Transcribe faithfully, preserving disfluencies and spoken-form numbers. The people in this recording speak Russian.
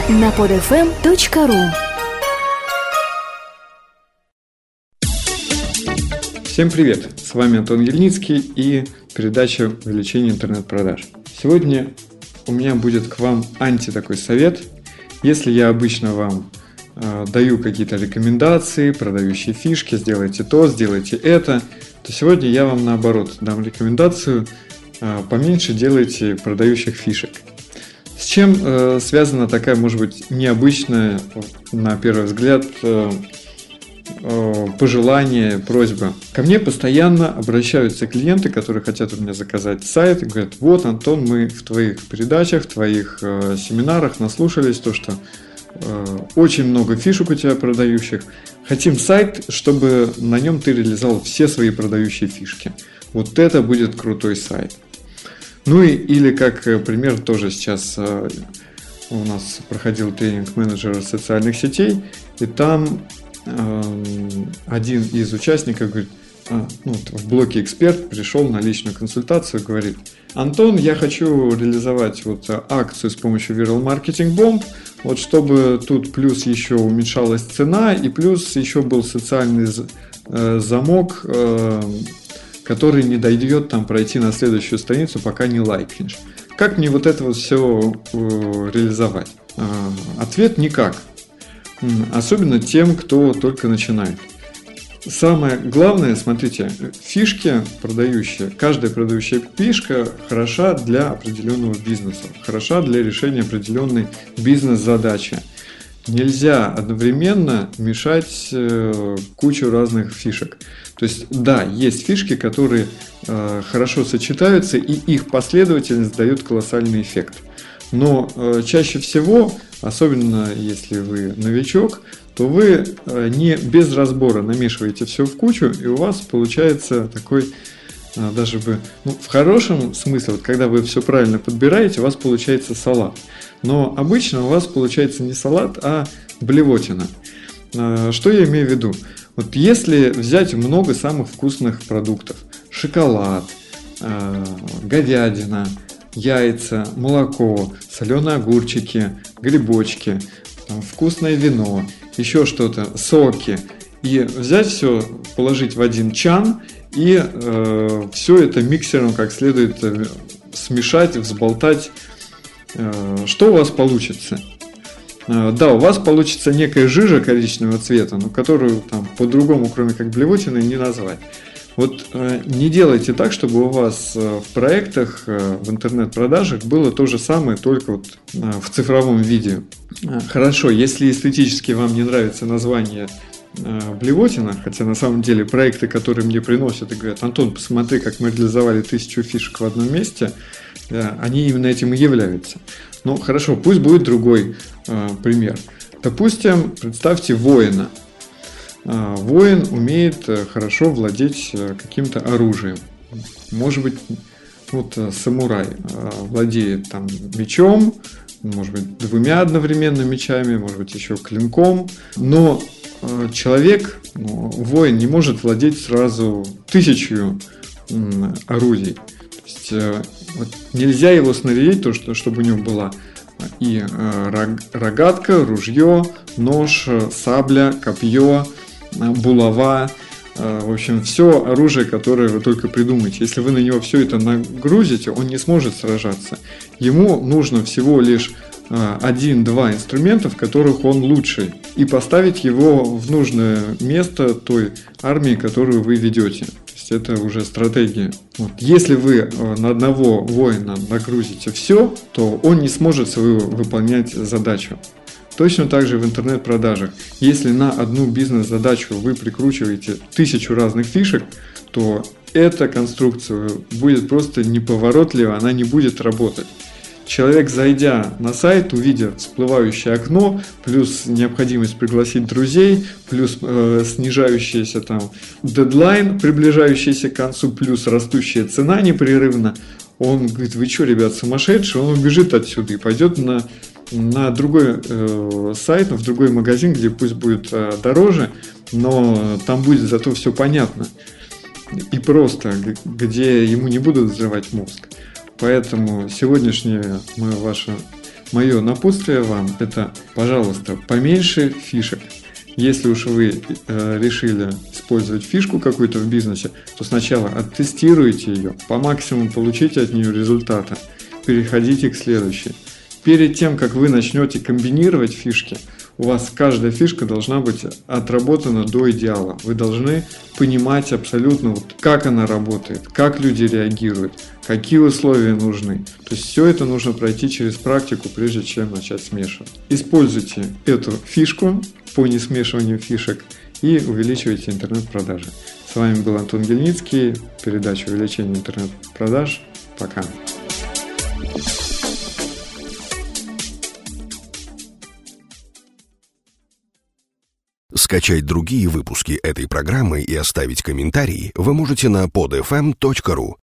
на под эф эм точка ру. Всем привет! С вами Антон Ельницкий и передача «Увеличение интернет-продаж». Сегодня у меня будет к вам анти такой совет. Если я обычно вам э, даю какие-то рекомендации, продающие фишки, сделайте то, сделайте это, то сегодня я вам наоборот дам рекомендацию э, поменьше делайте продающих фишек. С чем э, связана такая, может быть, необычная, на первый взгляд, э, э, пожелание, просьба? Ко мне постоянно обращаются клиенты, которые хотят у меня заказать сайт, и говорят: вот, Антон, мы в твоих передачах, в твоих э, семинарах наслушались то, что э, очень много фишек у тебя продающих. Хотим сайт, чтобы на нем ты реализовал все свои продающие фишки. Вот это будет крутой сайт. Ну и, или как пример, тоже сейчас э, у нас проходил тренинг менеджера социальных сетей, и там э, один из участников говорит, а, ну, в блоке «Эксперт» пришел на личную консультацию, говорит: Антон, я хочу реализовать вот акцию с помощью Viral Marketing Bomb, вот чтобы тут плюс еще уменьшалась цена, и плюс еще был социальный э, замок, э, который не дойдет там пройти на следующую страницу, пока не лайкнешь. Как мне вот это вот все э, реализовать? Э, ответ: никак. Особенно тем, кто только начинает. Самое главное, смотрите, фишки продающие, каждая продающая фишка хороша для определенного бизнеса, хороша для решения определенной бизнес-задачи. Нельзя одновременно мешать э, кучу разных фишек. То есть, да, есть фишки, которые э, хорошо сочетаются, и их последовательность дает колоссальный эффект. Но э, чаще всего, особенно если вы новичок, то вы э, не без разбора намешиваете все в кучу, и у вас получается такой, э, даже бы, ну, в хорошем смысле, вот когда вы все правильно подбираете, у вас получается салат. Но обычно у вас получается не салат, а блевотина. Э, что я имею в виду? Вот если взять много самых вкусных продуктов: шоколад, э, говядина, яйца, молоко, соленые огурчики, грибочки, там, вкусное вино, еще что-то, соки, и взять все, положить в один чан и э, все это миксером как следует смешать, взболтать, э, что у вас получится? Да, у вас получится некая жижа коричневого цвета, но которую там по-другому, кроме как блевотины, не назвать. Вот э, не делайте так, чтобы у вас э, в проектах, э, в интернет-продажах было то же самое, только вот э, в цифровом виде. Э, хорошо, если эстетически вам не нравится название э, блевотина, хотя на самом деле проекты, которые мне приносят и говорят: Антон, посмотри, как мы реализовали тысячу фишек в одном месте, э, они именно этим и являются. Ну, хорошо, пусть будет другой э, пример. Допустим, представьте воина. Э, воин умеет э, хорошо владеть э, каким-то оружием. Может быть, вот э, самурай э, владеет там мечом, может быть, двумя одновременно мечами, может быть, еще клинком. Но э, человек, ну, воин, не может владеть сразу тысячью э, орудий. То есть, э, вот нельзя его снарядить, то, что, чтобы у него была и э, рогатка, ружье, нож, сабля, копье, э, булава, э, в общем, все оружие, которое вы только придумаете. Если вы на него все это нагрузите, он не сможет сражаться. Ему нужно всего лишь э, один-два инструмента, в которых он лучший, и поставить его в нужное место той армии, которую вы ведете. Это уже стратегия. Вот. Если вы на одного воина нагрузите все, то он не сможет свою выполнять задачу. Точно так же в интернет-продажах. Если на одну бизнес-задачу вы прикручиваете тысячу разных фишек, то эта конструкция будет просто неповоротлива, она не будет работать. Человек, зайдя на сайт, увидя всплывающее окно, плюс необходимость пригласить друзей, плюс э, снижающийся там дедлайн, приближающийся к концу, плюс растущая цена непрерывно, он говорит: вы что, ребят, сумасшедшие? Он убежит отсюда и пойдет на, на другой э, сайт, в другой магазин, где пусть будет э, дороже, но там будет зато все понятно и просто, где ему не будут взрывать мозг. Поэтому сегодняшняя моя ваша Мое напутствие вам – это, пожалуйста, поменьше фишек. Если уж вы э, решили использовать фишку какую-то в бизнесе, то сначала оттестируйте ее, по максимуму получите от нее результата, переходите к следующей. Перед тем, как вы начнете комбинировать фишки, у вас каждая фишка должна быть отработана до идеала. Вы должны понимать абсолютно, вот, как она работает, как люди реагируют, какие условия нужны. То есть все это нужно пройти через практику, прежде чем начать смешивать. Используйте эту фишку по несмешиванию фишек и увеличивайте интернет-продажи. С вами был Антон Гельницкий, передача увеличения интернет-продаж. Пока. Скачать другие выпуски этой программы и оставить комментарии вы можете на под эф эм точка ру.